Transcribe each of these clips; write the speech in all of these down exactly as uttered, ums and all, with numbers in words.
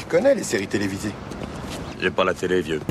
connais les séries télévisées. J'ai pas la télé, vieux.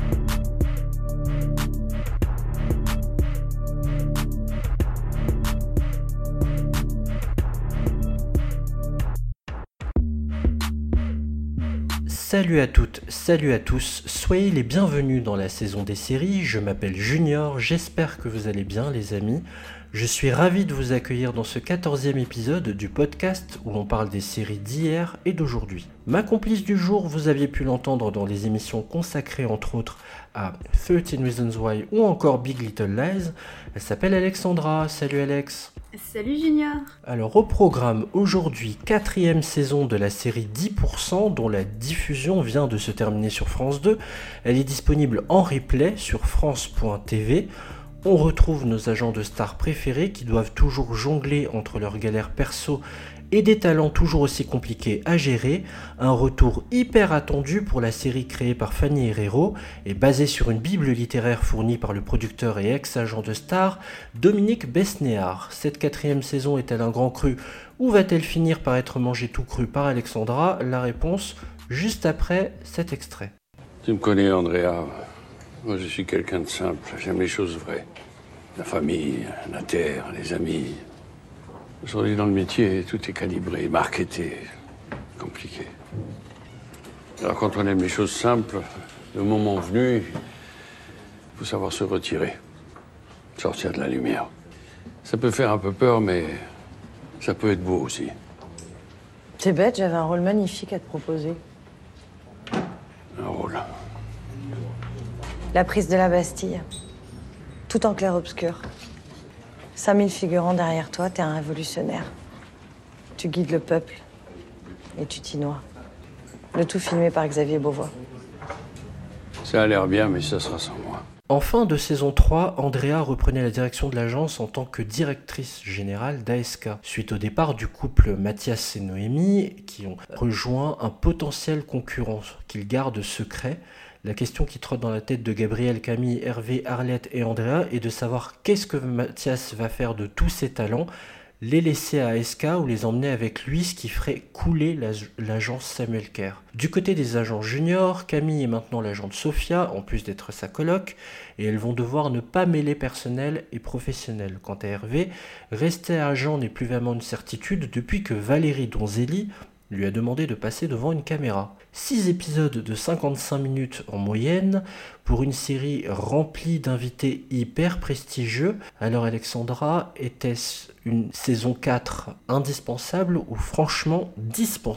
Salut à toutes, salut à tous, soyez les bienvenus dans la saison des séries, je m'appelle Junior, j'espère que vous allez bien les amis. Je suis ravi de vous accueillir dans ce quatorzième épisode du podcast où l'on parle des séries d'hier et d'aujourd'hui. Ma complice du jour, vous aviez pu l'entendre dans les émissions consacrées entre autres à thirteen Reasons Why ou encore Big Little Lies. Elle s'appelle Alexandra, salut Alex. Salut Junior. Alors au programme aujourd'hui, quatrième saison de la série dix pour cent dont la diffusion vient de se terminer sur France deux. Elle est disponible en replay sur france point t v. On retrouve nos agents de stars préférés qui doivent toujours jongler entre leurs galères perso et des talents toujours aussi compliqués à gérer. Un retour hyper attendu pour la série créée par Fanny Herrero et basée sur une bible littéraire fournie par le producteur et ex-agent de stars Dominique Besnéard. Cette quatrième saison est-elle un grand cru ou va-t-elle finir par être mangée tout cru par Alexandra ? La réponse juste après cet extrait. Tu me connais, Andrea. Moi, je suis quelqu'un de simple. J'aime les choses vraies. La famille, la terre, les amis. Aujourd'hui, dans le métier, tout est calibré, marketé, compliqué. Alors, quand on aime les choses simples, le moment venu, il faut savoir se retirer, sortir de la lumière. Ça peut faire un peu peur, mais ça peut être beau aussi. C'est bête, j'avais un rôle magnifique à te proposer. Un rôle. La prise de la Bastille. Tout en clair-obscur. cinq mille figurants derrière toi, t'es un révolutionnaire. Tu guides le peuple. Et tu t'y noies. Le tout filmé par Xavier Beauvois. Ça a l'air bien, mais ça sera sans moi. En fin de saison trois, Andrea reprenait la direction de l'agence en tant que directrice générale d'A S K, suite au départ du couple Mathias et Noémie, qui ont rejoint un potentiel concurrent qu'ils gardent secret. La question qui trotte dans la tête de Gabriel, Camille, Hervé, Arlette et Andrea est de savoir qu'est-ce que Mathias va faire de tous ses talents, les laisser à A S K ou les emmener avec lui, ce qui ferait couler l'agence Samuel Kerr. Du côté des agents juniors, Camille est maintenant l'agent de Sophia, en plus d'être sa coloc, et elles vont devoir ne pas mêler personnel et professionnel. Quant à Hervé, rester agent n'est plus vraiment une certitude depuis que Valérie Donzelli lui a demandé de passer devant une caméra. six épisodes de cinquante-cinq minutes en moyenne pour une série remplie d'invités hyper prestigieux. Alors Alexandra, était-ce une saison quatre indispensable ou franchement dispensable ?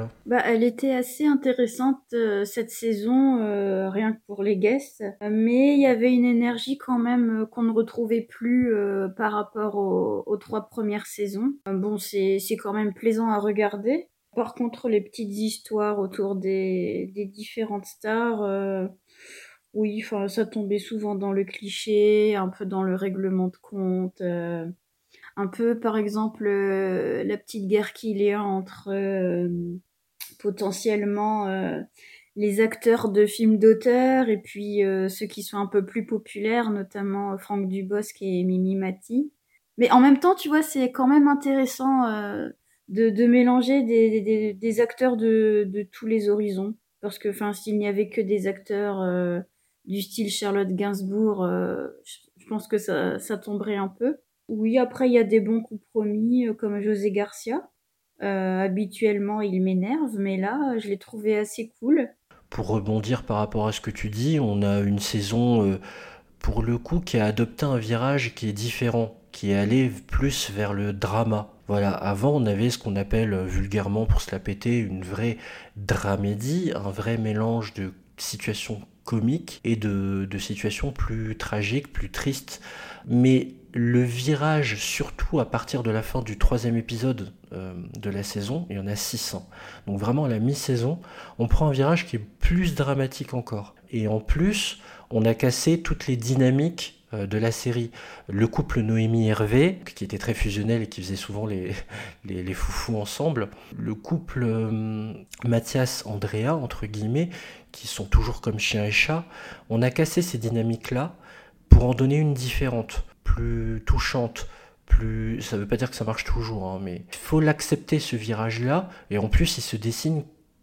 Bah, elle était assez intéressante euh, cette saison, euh, rien que pour les guests, mais il y avait une énergie quand même euh, qu'on ne retrouvait plus euh, par rapport aux, aux trois premières saisons. Euh, bon, c'est, c'est quand même plaisant à regarder. Par contre, les petites histoires autour des, des différentes stars, euh, oui, enfin, ça tombait souvent dans le cliché, un peu dans le règlement de compte, euh, un peu, par exemple, euh, la petite guerre qu'il y a entre euh, potentiellement euh, les acteurs de films d'auteur et puis euh, ceux qui sont un peu plus populaires, notamment Franck Dubosc et Mimi Mati. Mais en même temps, tu vois, c'est quand même intéressant euh, de, de mélanger des, des, des acteurs de, de tous les horizons. Parce que, enfin, s'il n'y avait que des acteurs euh, du style Charlotte Gainsbourg, euh, je pense que ça, ça tomberait un peu. Oui, après, il y a des bons compromis, euh, comme José Garcia. Euh, habituellement, il m'énerve, mais là, je l'ai trouvé assez cool. Pour rebondir par rapport à ce que tu dis, on a une saison, euh, pour le coup, qui a adopté un virage qui est différent, qui est allé plus vers le drama. Voilà, avant on avait ce qu'on appelle euh, vulgairement, pour se la péter, une vraie dramédie, un vrai mélange de situations comiques et de, de situations plus tragiques, plus tristes. Mais le virage, surtout à partir de la fin du troisième épisode euh, de la saison, il y en a six cents. Donc vraiment à la mi-saison, on prend un virage qui est plus dramatique encore. Et en plus, on a cassé toutes les dynamiques de la série. Le couple Noémie-Hervé, qui était très fusionnel et qui faisait souvent les, les, les foufous ensemble. Le couple euh, Mathias-Andrea, entre guillemets, qui sont toujours comme chien et chat. On a cassé ces dynamiques-là pour en donner une différente, plus touchante, plus... Ça veut pas dire que ça marche toujours, hein, mais il faut l'accepter, ce virage-là. Et en plus, il se dessine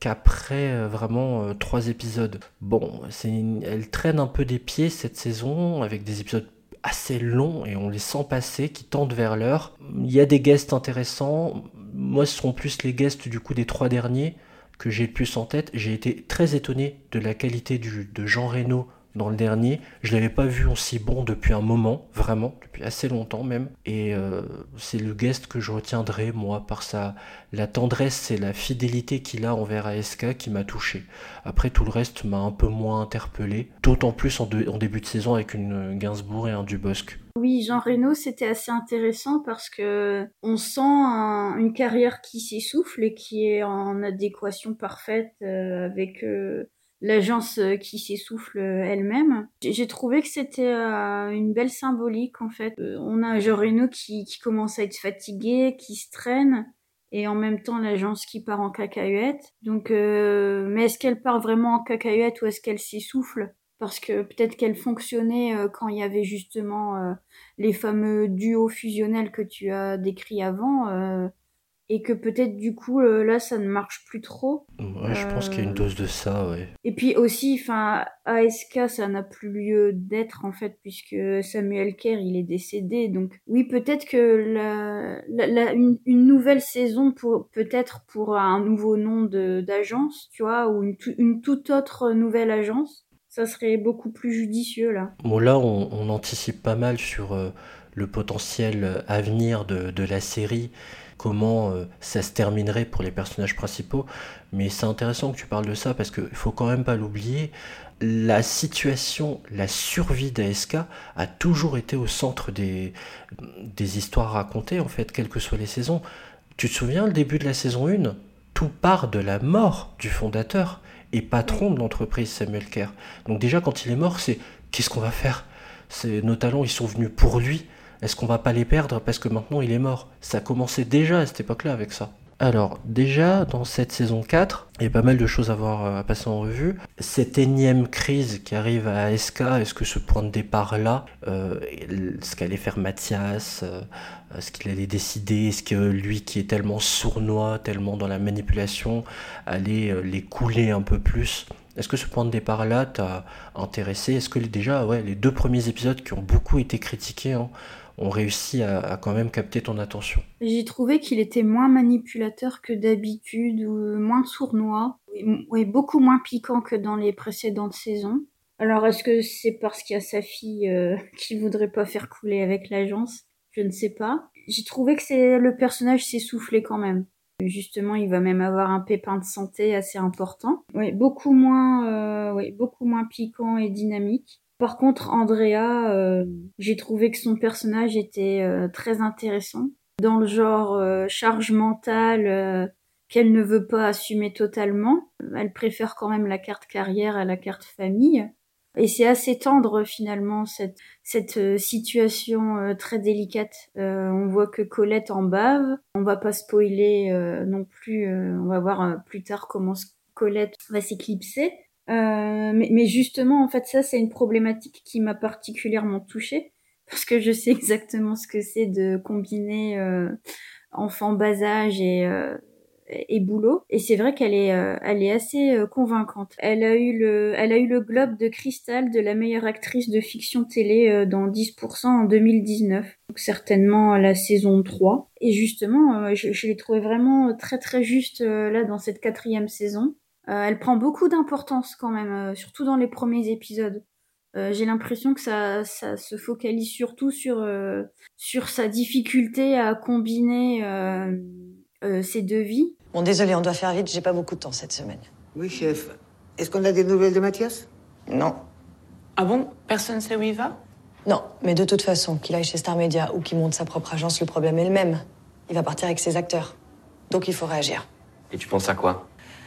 qu'après euh, vraiment euh, trois épisodes. Bon, c'est une... elle traîne un peu des pieds cette saison avec des épisodes assez longs et on les sent passer, qui tendent vers l'heure. Il y a des guests intéressants. Moi, ce sont plus les guests du coup des trois derniers que j'ai le plus en tête. J'ai été très étonné de la qualité du, de Jean Reno dans le dernier. Je l'avais pas vu aussi bon depuis un moment, vraiment, depuis assez longtemps même. Et euh, c'est le guest que je retiendrai, moi, par sa la tendresse et la fidélité qu'il a envers A S K qui m'a touché. Après, tout le reste m'a un peu moins interpellé, d'autant plus en, de, en début de saison avec une Gainsbourg et un Dubosc. Oui, Jean Reno, c'était assez intéressant parce que on sent un, une carrière qui s'essouffle et qui est en adéquation parfaite euh, avec euh, l'agence qui s'essouffle elle-même. J'ai trouvé que c'était euh, une belle symbolique en fait. Euh, on a Jean Reno qui, qui commence à être fatigué, qui se traîne, et en même temps l'agence qui part en cacahuète. Donc, euh, mais est-ce qu'elle part vraiment en cacahuète ou est-ce qu'elle s'essouffle ? Parce que peut-être qu'elle fonctionnait euh, quand il y avait justement euh, les fameux duos fusionnels que tu as décrits avant, euh, et que peut-être du coup euh, là ça ne marche plus trop. Ouais, je pense qu'il y a une dose de ça, ouais. Et puis aussi, enfin, A S K, ça n'a plus lieu d'être en fait, puisque Samuel Kerr, il est décédé. Donc oui, peut-être que la, la, la, une, une nouvelle saison, pour peut-être pour un nouveau nom de d'agence, tu vois, ou une, une toute autre nouvelle agence. Ça serait beaucoup plus judicieux, là. Bon, là, on, on anticipe pas mal sur euh, le potentiel avenir de, de la série, comment euh, ça se terminerait pour les personnages principaux. Mais c'est intéressant que tu parles de ça, parce qu'il faut quand même pas l'oublier. La situation, la survie d'A S K a toujours été au centre des, des histoires racontées, en fait, quelles que soient les saisons. Tu te souviens, le début de la saison un, tout part de la mort du fondateur et patron de l'entreprise, Samuel Kerr. Donc déjà, quand il est mort, c'est qu'est-ce qu'on va faire ? C'est, nos talents, ils sont venus pour lui. Est-ce qu'on va pas les perdre parce que maintenant il est mort ? Ça a commencé déjà à cette époque-là avec ça. Alors, déjà, dans cette saison quatre, il y a pas mal de choses à voir, à passer en revue. Cette énième crise qui arrive à A S K, est-ce que ce point de départ-là, euh, ce qu'allait faire Mathias, euh, ce qu'il allait décider, est-ce que lui qui est tellement sournois, tellement dans la manipulation, allait euh, les couler un peu plus ? Est-ce que ce point de départ-là t'a intéressé ? Est-ce que les, déjà, ouais, les deux premiers épisodes qui ont beaucoup été critiqués, hein, ont réussi à, à quand même capter ton attention? J'ai trouvé qu'il était moins manipulateur que d'habitude, ou moins sournois, et beaucoup moins piquant que dans les précédentes saisons. Alors, est-ce que c'est parce qu'il y a sa fille euh, qui voudrait pas faire couler avec l'agence ? Je ne sais pas. J'ai trouvé que c'est, le personnage s'essoufflait quand même. Justement, il va même avoir un pépin de santé assez important. Oui, beaucoup moins, euh, oui, beaucoup moins piquant et dynamique. Par contre, Andrea, euh, j'ai trouvé que son personnage était euh, très intéressant. Dans le genre euh, charge mentale euh, qu'elle ne veut pas assumer totalement. Elle préfère quand même la carte carrière à la carte famille. Et c'est assez tendre finalement cette, cette euh, situation euh, très délicate. Euh, on voit que Colette en bave. On va pas spoiler euh, non plus. Euh, on va voir euh, plus tard comment Colette va s'éclipser. Euh, mais, mais justement, en fait, ça, c'est une problématique qui m'a particulièrement touchée, parce que je sais exactement ce que c'est de combiner euh, enfant bas âge et, euh, et boulot. Et c'est vrai qu'elle est, euh, elle est assez euh, convaincante. Elle a eu le, elle a eu le Globe de Cristal de la meilleure actrice de fiction télé euh, dans dix pour cent en deux mille dix-neuf. Donc certainement la saison trois. Et justement, euh, je, je l'ai trouvée vraiment très très juste euh, là dans cette quatrième saison. Euh, elle prend beaucoup d'importance quand même, euh, surtout dans les premiers épisodes. Euh, j'ai l'impression que ça, ça se focalise surtout sur, euh, sur sa difficulté à combiner euh, euh, ces deux vies. Bon, désolé, on doit faire vite, j'ai pas beaucoup de temps cette semaine. Oui, chef. Est-ce qu'on a des nouvelles de Mathias ? Non. Ah bon ? Personne ne sait où il va ? Non, mais de toute façon, qu'il aille chez Star Media ou qu'il monte sa propre agence, le problème est le même. Il va partir avec ses acteurs. Donc il faut réagir. Et tu penses à quoi ?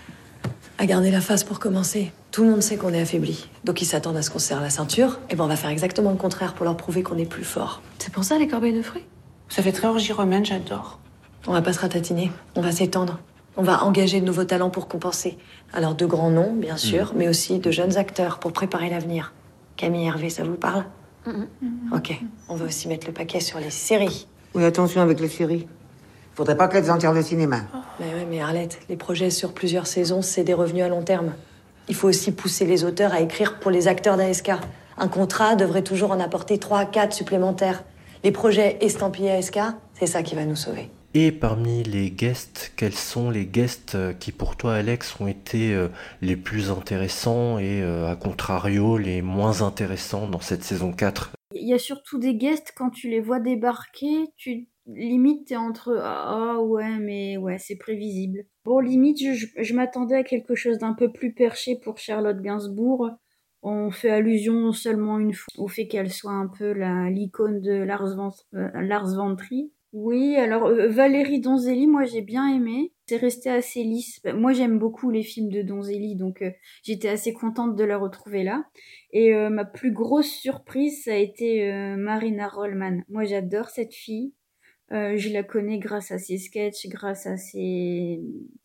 À garder la face pour commencer. Tout le monde sait qu'on est affaibli. Donc ils s'attendent à ce qu'on se serre la ceinture. Et ben on va faire exactement le contraire pour leur prouver qu'on est plus fort. C'est pour ça les corbeilles de fruits ? Ça fait très orgie romaine, j'adore. On va pas se ratatiner. On va s'étendre. On va engager de nouveaux talents pour compenser. Alors de grands noms, bien sûr, mmh. mais aussi de jeunes acteurs pour préparer l'avenir. Camille Hervé, ça vous parle ? mmh. Ok. On va aussi mettre le paquet sur les séries. Oui, attention avec les séries. Faudrait pas qu'elles enterrent le cinéma. Oh. Mais ouais, mais Arlette, les projets sur plusieurs saisons, c'est des revenus à long terme. Il faut aussi pousser les auteurs à écrire pour les acteurs d'A S K. Un contrat devrait toujours en apporter trois à quatre supplémentaires. Les projets estampillés A S K, c'est ça qui va nous sauver. Et parmi les guests, quels sont les guests qui pour toi, Alex, ont été les plus intéressants et à contrario les moins intéressants dans cette saison quatre? Il y a surtout des guests, quand tu les vois débarquer, tu limite t'es entre ah ouais mais ouais c'est prévisible. Bon limite je, je, je m'attendais à quelque chose d'un peu plus perché pour Charlotte Gainsbourg. On fait allusion seulement une fois au fait qu'elle soit un peu la l'icône de Lars von, euh, Lars von Trier. Oui, alors euh, Valérie Donzelli, moi j'ai bien aimé. C'est resté assez lisse. Moi j'aime beaucoup les films de Donzelli, donc euh, j'étais assez contente de la retrouver là. Et euh, ma plus grosse surprise, ça a été euh, Marina Rollman. Moi j'adore cette fille. Euh, je la connais grâce à ses sketchs, grâce à ses,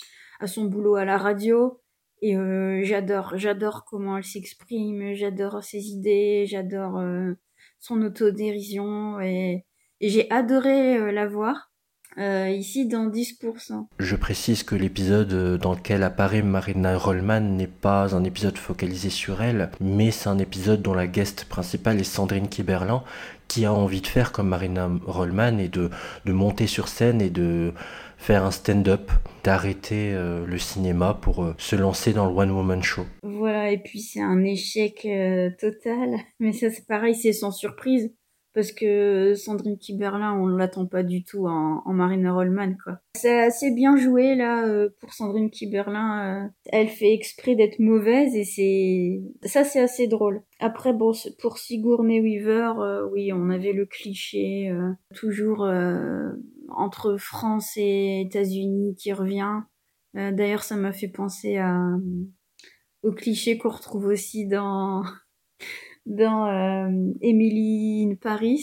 à son boulot à la radio. Et euh, j'adore, j'adore comment elle s'exprime, j'adore ses idées, j'adore euh, son autodérision et Et j'ai adoré euh, la voir euh, ici dans dix pour cent. Je précise que l'épisode dans lequel apparaît Marina Rollman n'est pas un épisode focalisé sur elle, mais c'est un épisode dont la guest principale est Sandrine Kiberlin, qui a envie de faire comme Marina Rollman et de, de monter sur scène et de faire un stand-up, d'arrêter euh, le cinéma pour euh, se lancer dans le one-woman show. Voilà, et puis c'est un échec euh, total, mais ça c'est pareil, c'est sans surprise. Parce que Sandrine Kiberlin, on l'attend pas du tout en, en Marina Rollman, quoi. C'est assez bien joué, là, euh, pour Sandrine Kiberlin. Euh, elle fait exprès d'être mauvaise et c'est... Ça, c'est assez drôle. Après, bon, pour Sigourney Weaver, euh, oui, on avait le cliché, euh, toujours euh, entre France et États-Unis qui revient. Euh, d'ailleurs, ça m'a fait penser à, au cliché qu'on retrouve aussi dans... dans euh, Emily in Paris.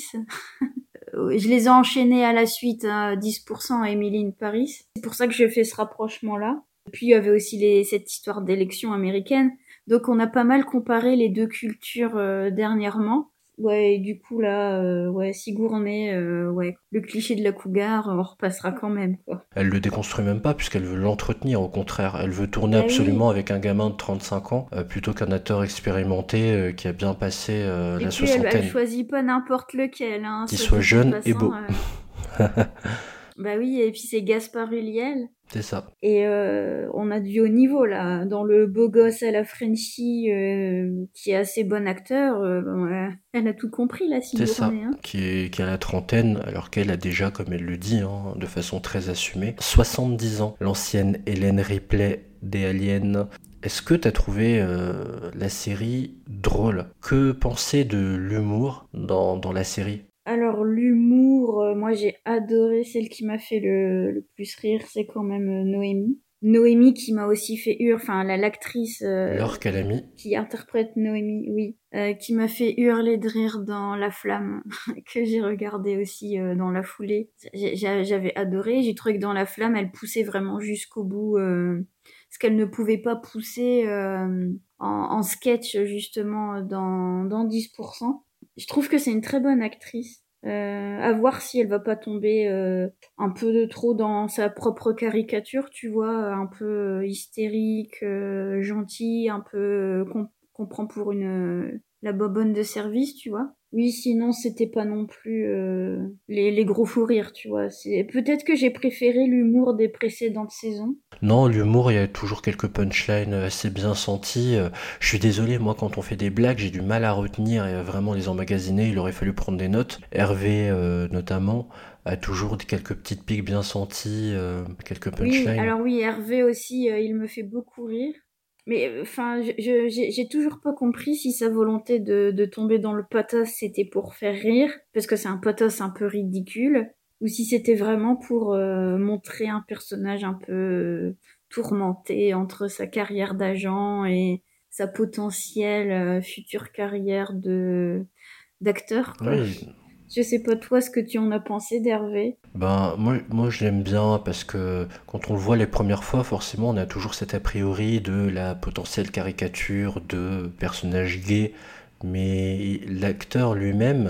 Je les ai enchaînés à la suite à dix pour cent à Emily in Paris. C'est pour ça que je fais ce rapprochement-là. Puis il y avait aussi les, cette histoire d'élection américaine. Donc on a pas mal comparé les deux cultures euh, dernièrement. Ouais, et du coup là, euh, ouais, Sigourney, euh, ouais, le cliché de la cougar, on repassera quand même, quoi. Elle le déconstruit même pas puisqu'elle veut l'entretenir, au contraire. Elle veut tourner bah absolument oui. avec un gamin de trente-cinq ans euh, plutôt qu'un acteur expérimenté euh, qui a bien passé euh, et la puis soixantaine. Elle, elle choisit pas n'importe lequel, hein. Qui soit jeune passant, et beau. Euh... Bah oui, et puis c'est Gaspard Ulliel. C'est ça. Et euh, on a du haut niveau, là. Dans le beau gosse à la Frenchie, euh, qui est assez bon acteur, euh, ouais, elle a tout compris, là, Sigourney. C'est ça, hein. qui, est, qui a la trentaine, alors qu'elle a déjà, comme elle le dit, hein, de façon très assumée, soixante-dix ans. L'ancienne Ellen Ripley des Aliens. Est-ce que tu as trouvé euh, la série drôle? Que penser de l'humour dans, dans la série? Alors l'humour, euh, moi j'ai adoré, celle qui m'a fait le, le plus rire, c'est quand même euh, Noémie. Noémie qui m'a aussi fait hurler, enfin la l'actrice euh, Laure Calamy qui interprète Noémie, oui, euh, qui m'a fait hurler de rire dans La Flamme, que j'ai regardé aussi euh, dans la foulée. J'ai, j'avais adoré, j'ai trouvé que dans La Flamme, elle poussait vraiment jusqu'au bout euh, ce qu'elle ne pouvait pas pousser euh, en, en sketch justement dans, dans dix pour cent. Je trouve que c'est une très bonne actrice. Euh, à voir si elle va pas tomber euh, un peu de trop dans sa propre caricature, tu vois, un peu hystérique, euh, gentille, un peu euh, qu'on, qu'on prend pour une euh, la bobonne de service, tu vois. Oui, sinon c'était pas non plus euh, les, les gros fous rires, tu vois. C'est peut-être que j'ai préféré l'humour des précédentes saisons. Non, l'humour, il y a toujours quelques punchlines assez bien senties. Je suis désolé, moi, quand on fait des blagues, j'ai du mal à retenir et à vraiment les emmagasiner. Il aurait fallu prendre des notes. Hervé, euh, notamment, a toujours quelques petites piques bien senties, euh, quelques punchlines. Oui, alors oui, Hervé aussi, euh, il me fait beaucoup rire. Mais enfin, je, je, j'ai, j'ai toujours pas compris si sa volonté de, de tomber dans le pathos, c'était pour faire rire, parce que c'est un pathos un peu ridicule, ou si c'était vraiment pour euh, montrer un personnage un peu euh, tourmenté entre sa carrière d'agent et sa potentielle euh, future carrière de d'acteur, quoi. Oui. Je sais pas toi ce que tu en as pensé d'Hervé. Ben moi, moi je l'aime bien parce que quand on le voit les premières fois, forcément on a toujours cet a priori de la potentielle caricature de personnage gay, mais l'acteur lui-même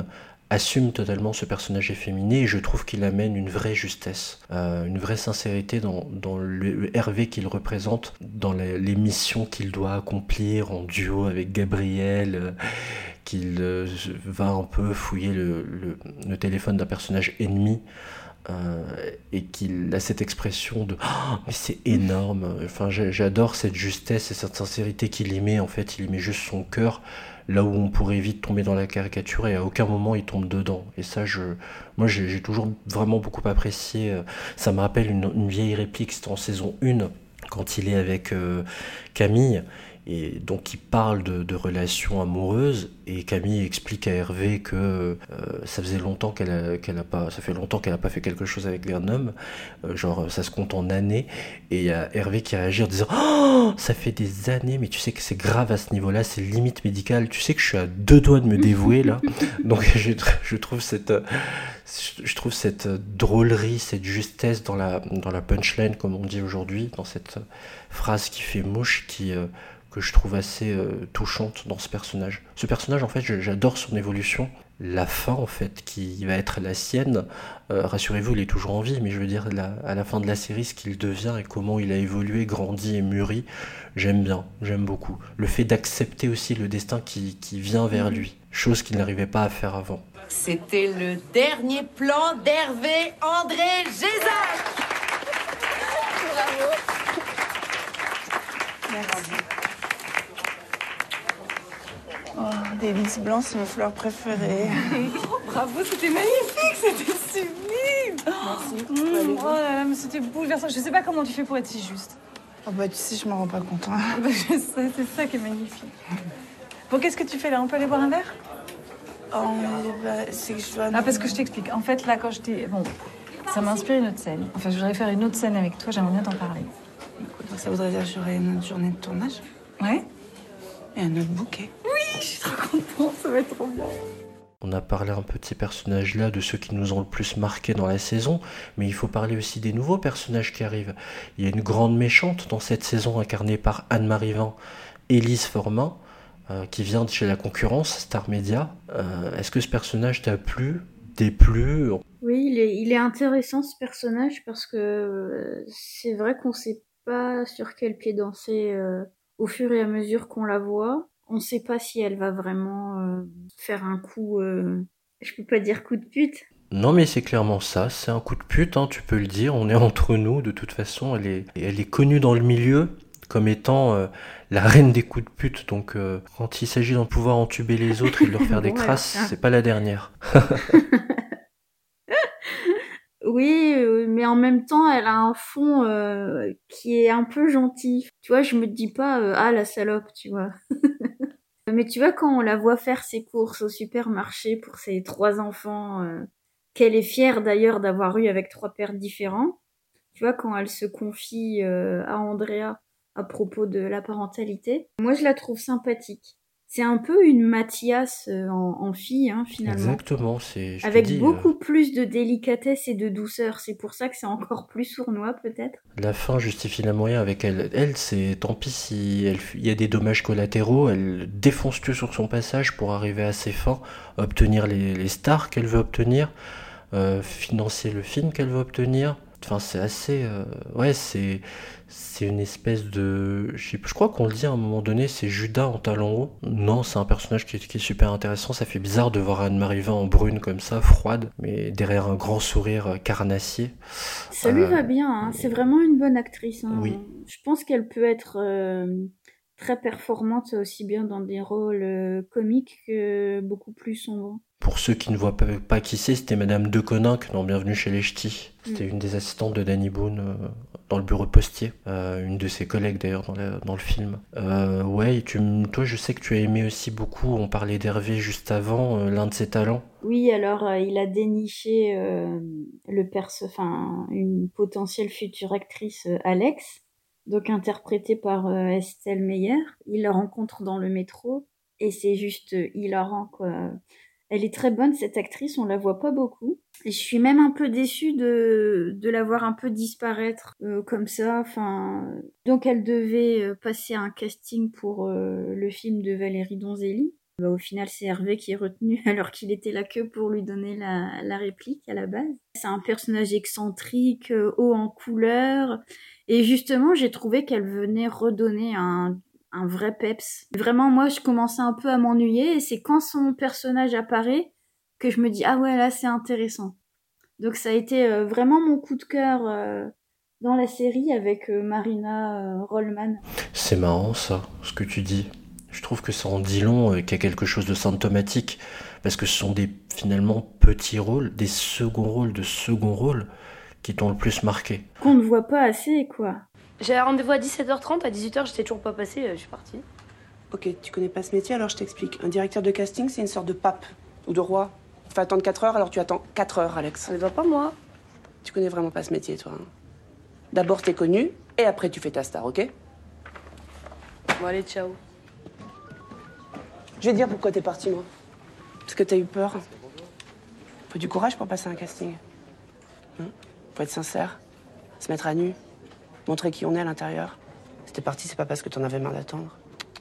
assume totalement ce personnage efféminé et je trouve qu'il amène une vraie justesse, euh, une vraie sincérité dans, dans le Hervé qu'il représente, dans les, les missions qu'il doit accomplir en duo avec Gabriel, euh, qu'il euh, va un peu fouiller le, le, le téléphone d'un personnage ennemi. Euh, et qu'il a cette expression de oh, mais c'est énorme, enfin j'adore cette justesse et cette sincérité qu'il y met. En fait il y met juste son cœur là où on pourrait vite tomber dans la caricature et à aucun moment il tombe dedans, et ça je moi j'ai, j'ai toujours vraiment beaucoup apprécié. Ça me rappelle une, une vieille réplique, c'était en saison un quand il est avec euh, Camille. Et donc il parle de, de relations amoureuses et Camille explique à Hervé que euh, ça faisait longtemps qu'elle a, qu'elle a pas, ça fait longtemps qu'elle a pas fait quelque chose avec un homme, euh, genre ça se compte en années. Et il y a Hervé qui réagit en disant oh, ça fait des années, mais tu sais que c'est grave à ce niveau-là, c'est limite médical. Tu sais que je suis à deux doigts de me dévouer là. Donc je, je trouve cette je trouve cette drôlerie, cette justesse dans la dans la punchline comme on dit aujourd'hui, dans cette phrase qui fait mouche, qui euh, que je trouve assez euh, touchante dans ce personnage. Ce personnage, en fait, j'adore son évolution. La fin, en fait, qui va être la sienne, euh, rassurez-vous, il est toujours en vie, mais je veux dire, la, à la fin de la série, ce qu'il devient et comment il a évolué, grandi et mûri, j'aime bien, j'aime beaucoup. Le fait d'accepter aussi le destin qui, qui vient vers lui, chose qu'il n'arrivait pas à faire avant. C'était le dernier plan d'Hervé André Gézac. Bravo. Merci. Oh, des lys blancs, c'est mes fleurs préférées. Bravo, c'était magnifique, c'était sublime. Merci. Mmh, oh là là, mais c'était bouleversant. Je sais pas comment tu fais pour être si juste. Oh bah tu sais, je m'en rends pas compte. Hein. Bah, je sais, c'est ça qui est magnifique. Bon, qu'est-ce que tu fais là? On peut aller boire un verre? Oh, mais bah, c'est que je dois... Ah, parce que je t'explique. En fait, là, quand je t'ai... Bon, ça m'a inspiré une autre scène. Enfin, je voudrais faire une autre scène avec toi, j'aimerais bien t'en parler. Donc ça voudrait dire que j'aurai une autre journée de tournage? Ouais. Et un autre bouquet. Oui, je suis trop contente, ça va être trop bien. On a parlé un peu de ces personnages-là, de ceux qui nous ont le plus marqué dans la saison, mais il faut parler aussi des nouveaux personnages qui arrivent. Il y a une grande méchante dans cette saison incarnée par Anne-Marie Van, Élise Formin, euh, qui vient de chez la concurrence, Star Media. Euh, est-ce que ce personnage t'a plu, déplu? Oui, il est, il est intéressant ce personnage parce que euh, c'est vrai qu'on sait pas sur quel pied danser euh, au fur et à mesure qu'on la voit. On sait pas si elle va vraiment euh, faire un coup, euh, je peux pas dire coup de pute. Non mais c'est clairement ça, c'est un coup de pute, hein, tu peux le dire, on est entre nous, de toute façon, elle est, elle est connue dans le milieu comme étant euh, la reine des coups de pute, donc euh, quand il s'agit d'en pouvoir entuber les autres et de leur faire des Bon, crasses, alors, c'est pas la dernière. Oui, euh, mais en même temps, elle a un fond euh, qui est un peu gentil. Tu vois, je me dis pas euh, ah la salope, tu vois. Mais tu vois, quand on la voit faire ses courses au supermarché pour ses trois enfants, euh, qu'elle est fière d'ailleurs d'avoir eu avec trois pères différents, tu vois, quand elle se confie euh, à Andrea à propos de la parentalité, moi je la trouve sympathique. C'est un peu une Mathias euh, en, en fille, hein, finalement. Exactement, c'est... je Avec te dis, beaucoup euh, plus de délicatesse et de douceur. C'est pour ça que c'est encore plus sournois, peut-être. la fin justifie la moyen avec elle. Elle, c'est tant pis si elle, il y a des dommages collatéraux, elle défonce tout sur son passage pour arriver à ses fins, obtenir les, les stars qu'elle veut obtenir, euh, financer le film qu'elle veut obtenir. Enfin, c'est assez... euh, ouais, c'est... C'est une espèce de... Je, sais, je crois qu'on le dit à un moment donné, c'est Judas en talons hauts. Non, c'est un personnage qui est, qui est super intéressant. Ça fait bizarre de voir Anne-Marie Van en brune comme ça, froide, mais derrière un grand sourire carnassier. Ça lui Euh, va bien, hein. C'est vraiment une bonne actrice. Hein. Oui. Je pense qu'elle peut être euh, très performante aussi bien dans des rôles euh, comiques que beaucoup plus sombres. Pour ceux qui ne voient pas, pas qui c'est, c'était Madame Deconinck dans Bienvenue chez les Ch'tis. C'était Mm. une des assistantes de Danny Boone euh, dans le bureau postier. Euh, une de ses collègues d'ailleurs dans, la- dans le film. Euh, ouais, et tu, m- toi je sais que tu as aimé aussi beaucoup, on parlait d'Hervé juste avant, euh, l'un de ses talents. Oui, alors euh, il a déniché euh, le perso, enfin une potentielle future actrice, euh, Alex, donc interprétée par euh, Estelle Meyer. Il la rencontre dans le métro et c'est juste euh, hilarant quoi. Elle est très bonne cette actrice, on la voit pas beaucoup. Et je suis même un peu déçue de, de la voir un peu disparaître euh, comme ça. Enfin, donc elle devait euh, passer un casting pour euh, le film de Valérie Donzelli. Bah, au final, c'est Hervé qui est retenu alors qu'il était là que pour lui donner la, la réplique à la base. C'est un personnage excentrique, euh, haut en couleur. Et justement, j'ai trouvé qu'elle venait redonner un, un vrai peps. Vraiment, moi, je commençais un peu à m'ennuyer. Et c'est quand son personnage apparaît que je me dis « Ah ouais, là, c'est intéressant ». Donc ça a été euh, vraiment mon coup de cœur euh, dans la série avec euh, Marina euh, Rollman. C'est marrant ça, ce que tu dis. Je trouve que ça en dit long, euh, qu'il y a quelque chose de symptomatique, parce que ce sont des finalement petits rôles, des seconds rôles de second rôle qui t'ont le plus marqué. Qu'on ne voit pas assez, quoi. J'avais rendez-vous à dix-sept heures trente, à dix-huit heures j'étais toujours pas passée, euh, je suis partie. Ok, tu connais pas ce métier, alors je t'explique. Un directeur de casting, c'est une sorte de pape ou de roi. Il faut attendre quatre heures, alors tu attends quatre heures, Alex. Ça ne va pas, moi. Tu connais vraiment pas ce métier, toi. Hein. D'abord, t'es connu, et après, tu fais ta star, ok? Bon, allez, ciao. Je vais te dire pourquoi t'es parti, moi. Parce que t'as eu peur. Faut du courage pour passer un casting. Hein? Faut être sincère, se mettre à nu, montrer qui on est à l'intérieur. Si t'es parti, c'est pas parce que t'en avais marre d'attendre.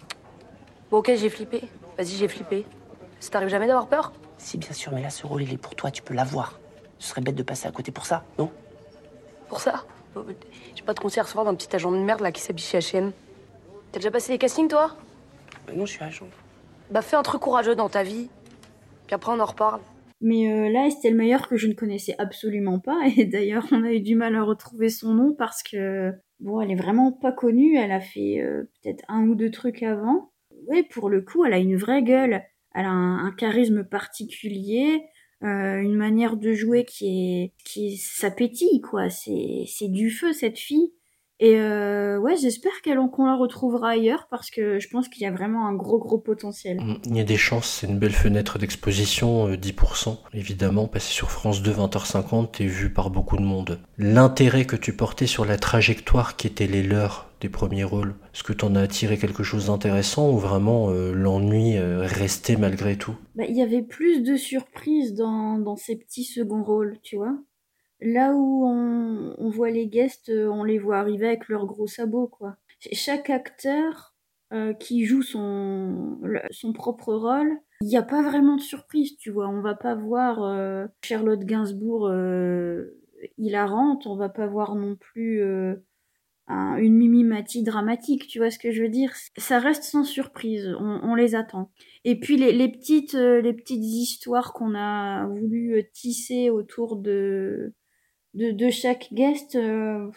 Bon, ok, j'ai flippé. Vas-y, j'ai flippé. Ça t'arrive jamais d'avoir peur? Si, bien sûr, mais là, ce rôle, il est pour toi, tu peux l'avoir. Ce serait bête de passer à côté pour ça, non? Pour ça? J'ai pas de concert ce soir d'un petit agent de merde là qui s'habille chez H et M. T'as déjà passé les castings, toi? Bah non, je suis agent. Bah fais un truc courageux dans ta vie. Puis après, on en reparle. Mais euh, là, Estelle Meyer, que je ne connaissais absolument pas, et d'ailleurs, on a eu du mal à retrouver son nom parce que, bon, elle est vraiment pas connue, elle a fait euh, peut-être un ou deux trucs avant. Ouais, pour le coup, elle a une vraie gueule, elle a un, un charisme particulier, euh, une manière de jouer qui est, qui est, ça pétille, quoi, c'est, c'est du feu, cette fille. Et euh, ouais, j'espère qu'elle, qu'on la retrouvera ailleurs parce que je pense qu'il y a vraiment un gros gros potentiel. Il y a des chances, c'est une belle fenêtre d'exposition, euh, dix pour cent évidemment, passé sur France deux vingt heures cinquante et vu par beaucoup de monde. L'intérêt que tu portais sur la trajectoire qui était les leurs des premiers rôles, est-ce que t'en as tiré quelque chose d'intéressant ou vraiment euh, l'ennui euh, restait malgré tout? Bah, il y avait plus de surprises dans, dans ces petits seconds rôles, tu vois. Là où on, on voit les guests, on les voit arriver avec leurs gros sabots, quoi. Chaque acteur euh, qui joue son, son propre rôle, il n'y a pas vraiment de surprise, tu vois. On va pas voir euh, Charlotte Gainsbourg euh, hilarante, on va pas voir non plus euh, un, une Mimi Mati dramatique, tu vois ce que je veux dire? Ça reste sans surprise, on, on les attend. Et puis les, les, petites, euh, les petites histoires qu'on a voulu tisser autour de... De, de chaque guest, euh,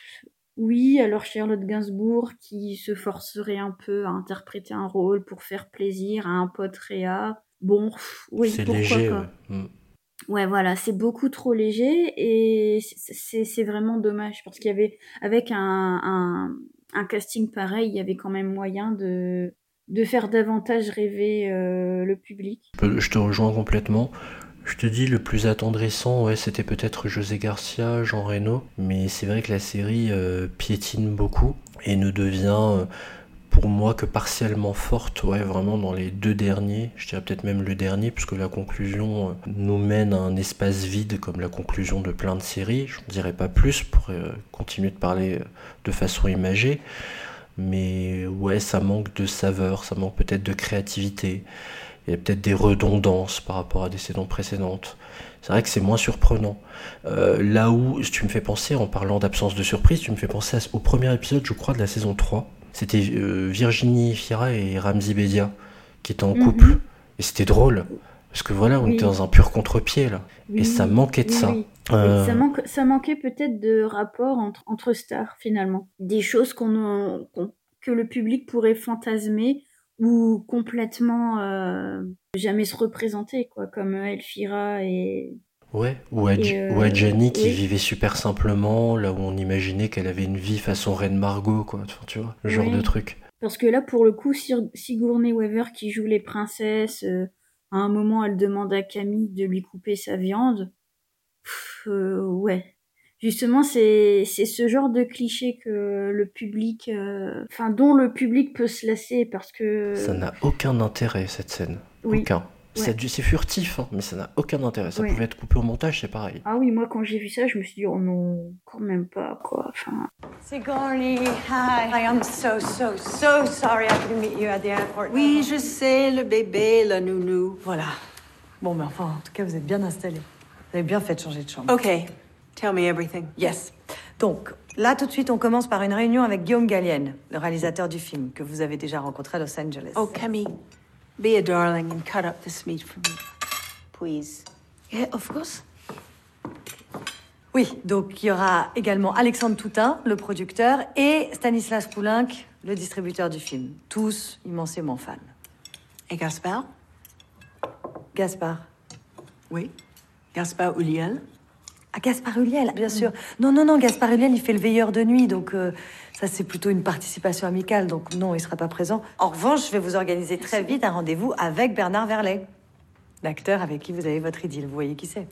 oui, alors Charlotte Gainsbourg qui se forcerait un peu à interpréter un rôle pour faire plaisir à un pote réa. Bon, pff, oui, c'est pourquoi léger, pas. Ouais. Mm. Ouais, voilà, c'est beaucoup trop léger et c'est, c'est vraiment dommage parce qu'il y avait, avec un, un, un casting pareil, il y avait quand même moyen de, de faire davantage rêver euh, le public. Je te rejoins complètement. Je te dis, le plus attendrissant, ouais, c'était peut-être José Garcia, Jean Reno, mais c'est vrai que la série euh, piétine beaucoup et ne devient, euh, pour moi, que partiellement forte, ouais, vraiment dans les deux derniers, je dirais peut-être même le dernier, puisque la conclusion euh, nous mène à un espace vide, comme la conclusion de plein de séries, je ne dirais pas plus pour euh, continuer de parler euh, de façon imagée, mais ouais, ça manque de saveur, ça manque peut-être de créativité. Il y a peut-être des redondances par rapport à des saisons précédentes. C'est vrai que c'est moins surprenant. Euh, là où tu me fais penser, en parlant d'absence de surprise, tu me fais penser au premier épisode, je crois, de la saison trois. C'était euh, Virginie Fira et Ramzy Bedia qui étaient en couple. Mm-hmm. Et c'était drôle. Parce que voilà, on oui. était dans un pur contre-pied, là. Oui. Et ça manquait de oui, ça. Oui. Euh... Ça, manque, ça manquait peut-être de rapport entre, entre stars, finalement. Des choses qu'on, qu'on, que le public pourrait fantasmer ou complètement euh, jamais se représenter, quoi, comme Elfira et... Ouais, ou Adjani euh, oui. qui vivait super simplement, là où on imaginait qu'elle avait une vie façon Reine Margot, quoi, tu vois, le genre oui. de truc. Parce que là, pour le coup, Sigourney Weaver qui joue les princesses, euh, à un moment, elle demande à Camille de lui couper sa viande. Pff, euh, ouais. Justement, c'est, c'est ce genre de cliché que le public, euh, enfin, dont le public peut se lasser parce que... Ça n'a aucun intérêt, cette scène. Oui. Aucun. Ça, c'est furtif, hein, mais ça n'a aucun intérêt. Ça Ouais. pouvait être coupé au montage, c'est pareil. Ah oui, moi, quand j'ai vu ça, je me suis dit, oh non, quand même pas, quoi. Enfin, Sigourney, hi. Hi, I'm so, so, so sorry I couldn't meet you at the airport. Oui, je sais, le bébé, le nounou. Voilà. Bon, mais enfin, en tout cas, vous êtes bien installés. Vous avez bien fait de changer de chambre. OK. Tell me everything. Yes. Donc, là, tout de suite, on commence par une réunion avec Guillaume Gallienne, le réalisateur du film, que vous avez déjà rencontré à Los Angeles. Oh, Camille, be a darling and cut up this meat for me. Please. Yeah, of course. Oui, donc il y aura également Alexandre Toutain, le producteur, et Stanislas Poulenc, le distributeur du film. Tous immensément fans. Et Gaspard? Gaspard. Oui. Gaspard Ulliel? Ah, Gaspard Ulliel, bien sûr. Non, non, non, Gaspard Ulliel, il fait le veilleur de nuit, donc euh, ça, c'est plutôt une participation amicale, donc non, il sera pas présent. En revanche, je vais vous organiser très vite un rendez-vous avec Bernard Verlet, l'acteur avec qui vous avez votre idylle. Vous voyez qui c'est?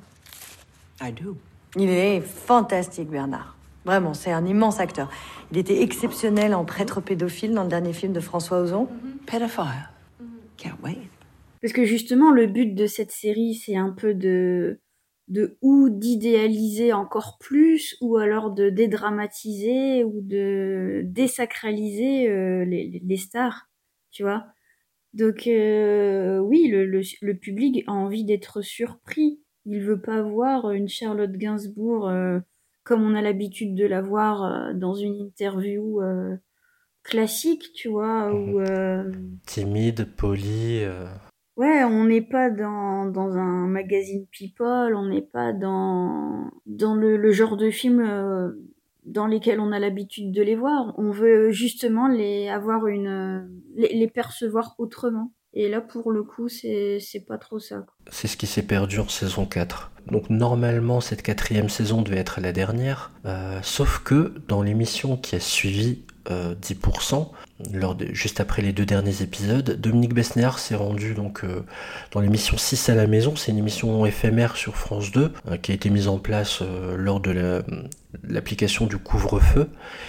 I do. Il est fantastique, Bernard. Vraiment, c'est un immense acteur. Il était exceptionnel en prêtre pédophile dans le dernier film de François Ozon. Pedophile. Can't wait. parce que justement, le but de cette série, c'est un peu de, de ou d'idéaliser encore plus, ou alors de dédramatiser, ou de désacraliser euh, les, les stars, tu vois. Donc, euh, oui, le, le, le public a envie d'être surpris. Il veut pas voir une Charlotte Gainsbourg euh, comme on a l'habitude de la voir euh, dans une interview euh, classique, tu vois, où... Euh... Timide, poli... Euh... Ouais, on n'est pas dans, dans un magazine People, on n'est pas dans, dans le, le genre de film euh, dans lesquels on a l'habitude de les voir. On veut justement les avoir une, les, les percevoir autrement. Et là, pour le coup, c'est, c'est pas trop ça, quoi. C'est ce qui s'est perdu en saison quatre. Donc normalement, cette quatrième saison devait être la dernière, euh, sauf que dans l'émission qui a suivi euh, dix pour cent, lors de, juste après les deux derniers épisodes, Dominique Besnéard s'est rendu donc, euh, dans l'émission six à la maison. C'est une émission éphémère sur France deux, euh, qui a été mise en place euh, lors de la, l'application du couvre-feu.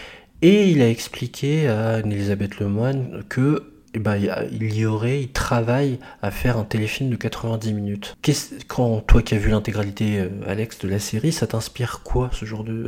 Et il a expliqué à Anne-Elisabeth Lemoine que eh ben, il y aurait, il travaille à faire un téléfilm de quatre-vingt-dix minutes. Qu'est-ce, quand toi qui as vu l'intégralité, euh, Alex, de la série, ça t'inspire quoi, ce genre de,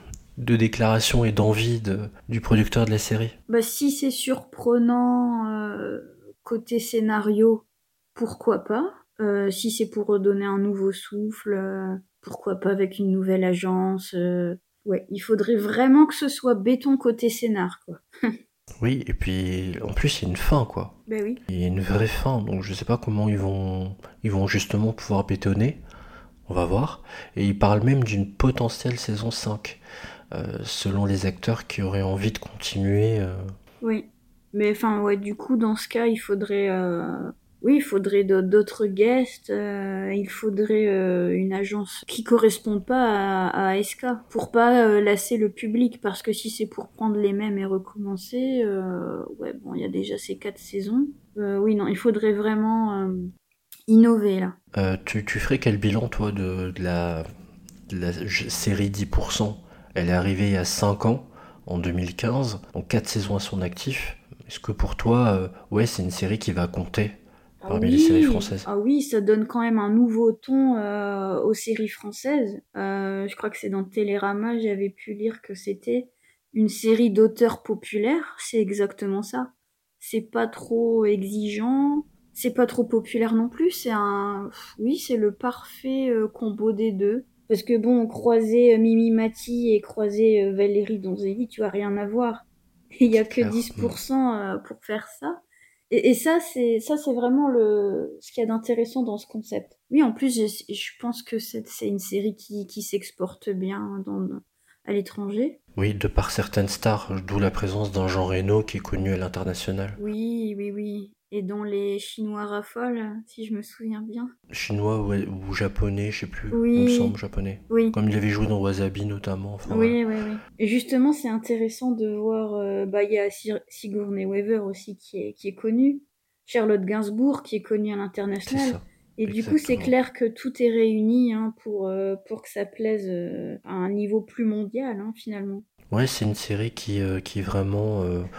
de déclaration et d'envie de, du producteur de la série? Bah, si c'est surprenant euh, côté scénario, pourquoi pas. Euh, si c'est pour redonner un nouveau souffle, euh, pourquoi pas avec une nouvelle agence. Euh, ouais, il faudrait vraiment que ce soit béton côté scénar, quoi. Oui, et puis en plus il y a une fin, quoi. Ben oui. Il y a une vraie fin, donc je sais pas comment ils vont, ils vont justement pouvoir bétonner. On va voir. Et ils parlent même d'une potentielle saison cinq, euh, selon les acteurs qui auraient envie de continuer. Euh... Oui, mais enfin ouais, du coup dans ce cas il faudrait, euh... oui, il faudrait d'autres guests. Euh, il faudrait euh, une agence qui corresponde pas à, à A S K pour pas euh, lasser le public, parce que si c'est pour prendre les mêmes et recommencer, euh, ouais bon, il y a déjà ces quatre saisons. Euh, oui non, il faudrait vraiment euh, innover là. Euh, tu, tu ferais quel bilan toi de, de, la, de la série dix pour cent? Elle est arrivée il y a cinq ans, en deux mille quinze, donc quatre saisons à son actif. Est-ce que pour toi, euh, ouais, c'est une série qui va compter parmi oui, les séries françaises? Ah oui, ça donne quand même un nouveau ton euh, aux séries françaises. Euh, je crois que c'est dans Télérama, j'avais pu lire que c'était une série d'auteurs populaires. C'est exactement ça. C'est pas trop exigeant, c'est pas trop populaire non plus. C'est un, oui, c'est le parfait euh, combo des deux. Parce que bon, croiser euh, Mimi Mati et croiser euh, Valérie Donzelli, tu as rien à voir. Il y a que dix pour cent euh, pour faire ça. Et, et ça, c'est ça, c'est vraiment le ce qu'il y a d'intéressant dans ce concept. Oui, en plus, je, je pense que c'est, c'est une série qui, qui s'exporte bien dans, à l'étranger. Oui, de par certaines stars, d'où la présence d'un Jean Reno qui est connu à l'international. Oui, oui, oui. Et dont les Chinois raffolent, si je me souviens bien. Chinois ou, ou japonais, je sais plus. Oui. Il me semble japonais. Oui. Comme il avait joué dans Wasabi notamment. Enfin, oui, ouais. oui, oui. Et justement, c'est intéressant de voir. Euh, bah, il y a Sigourney Weaver aussi qui est qui est connue. Charlotte Gainsbourg qui est connue à l'international. C'est ça. Et Exactement. Du coup, c'est clair que tout est réuni hein, pour euh, pour que ça plaise euh, à un niveau plus mondial hein, finalement. Ouais, c'est une série qui euh, qui vraiment euh,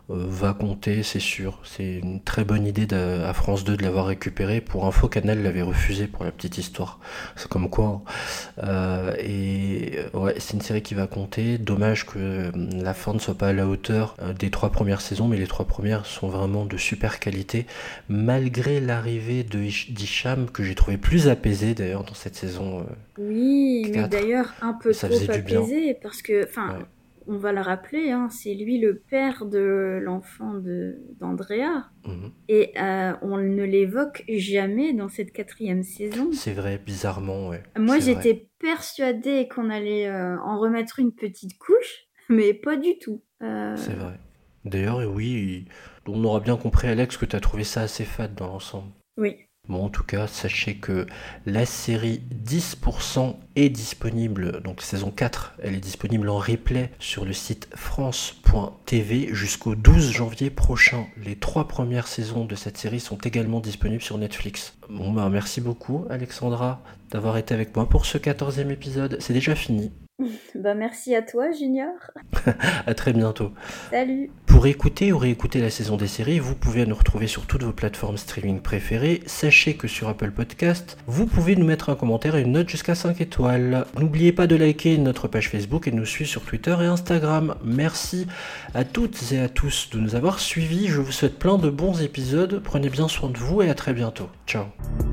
euh, va compter, c'est sûr. C'est une très bonne idée de, à France deux de l'avoir récupéré. Pour info, Canal l'avait refusé pour la petite histoire. C'est comme quoi. Hein. Euh, et ouais, c'est une série qui va compter. Dommage que la fin ne soit pas à la hauteur des trois premières saisons, mais les trois premières sont vraiment de super qualité, malgré l'arrivée de d'Hicham, que j'ai trouvé plus apaisé d'ailleurs dans cette saison. Euh, oui, quatre. Mais d'ailleurs un peu ça trop apaisé, parce que, enfin, ouais. On va le rappeler, hein, c'est lui le père de l'enfant de, d'Andrea, mmh. et euh, on ne l'évoque jamais dans cette quatrième saison. C'est vrai, bizarrement, ouais. Moi, c'est j'étais vrai. persuadée qu'on allait euh, en remettre une petite couche, mais pas du tout. Euh... C'est vrai. D'ailleurs, oui, on aura bien compris, Alex, que tu as trouvé ça assez fade dans l'ensemble. Oui. Bon, en tout cas, sachez que la série dix pour cent est disponible, donc saison quatre, elle est disponible en replay sur le site france point t v jusqu'au douze janvier prochain. Les trois premières saisons de cette série sont également disponibles sur Netflix. Bon, bah, merci beaucoup, Alexandra, d'avoir été avec moi pour ce quatorzième épisode. C'est déjà fini. Bah merci à toi, Junior. À très bientôt. Salut. Pour écouter ou réécouter la saison des séries, vous pouvez nous retrouver sur toutes vos plateformes streaming préférées. Sachez que sur Apple Podcast, vous pouvez nous mettre un commentaire et une note jusqu'à cinq étoiles. N'oubliez pas de liker notre page Facebook et de nous suivre sur Twitter et Instagram. Merci à toutes et à tous de nous avoir suivis. Je vous souhaite plein de bons épisodes. Prenez bien soin de vous et à très bientôt. Ciao.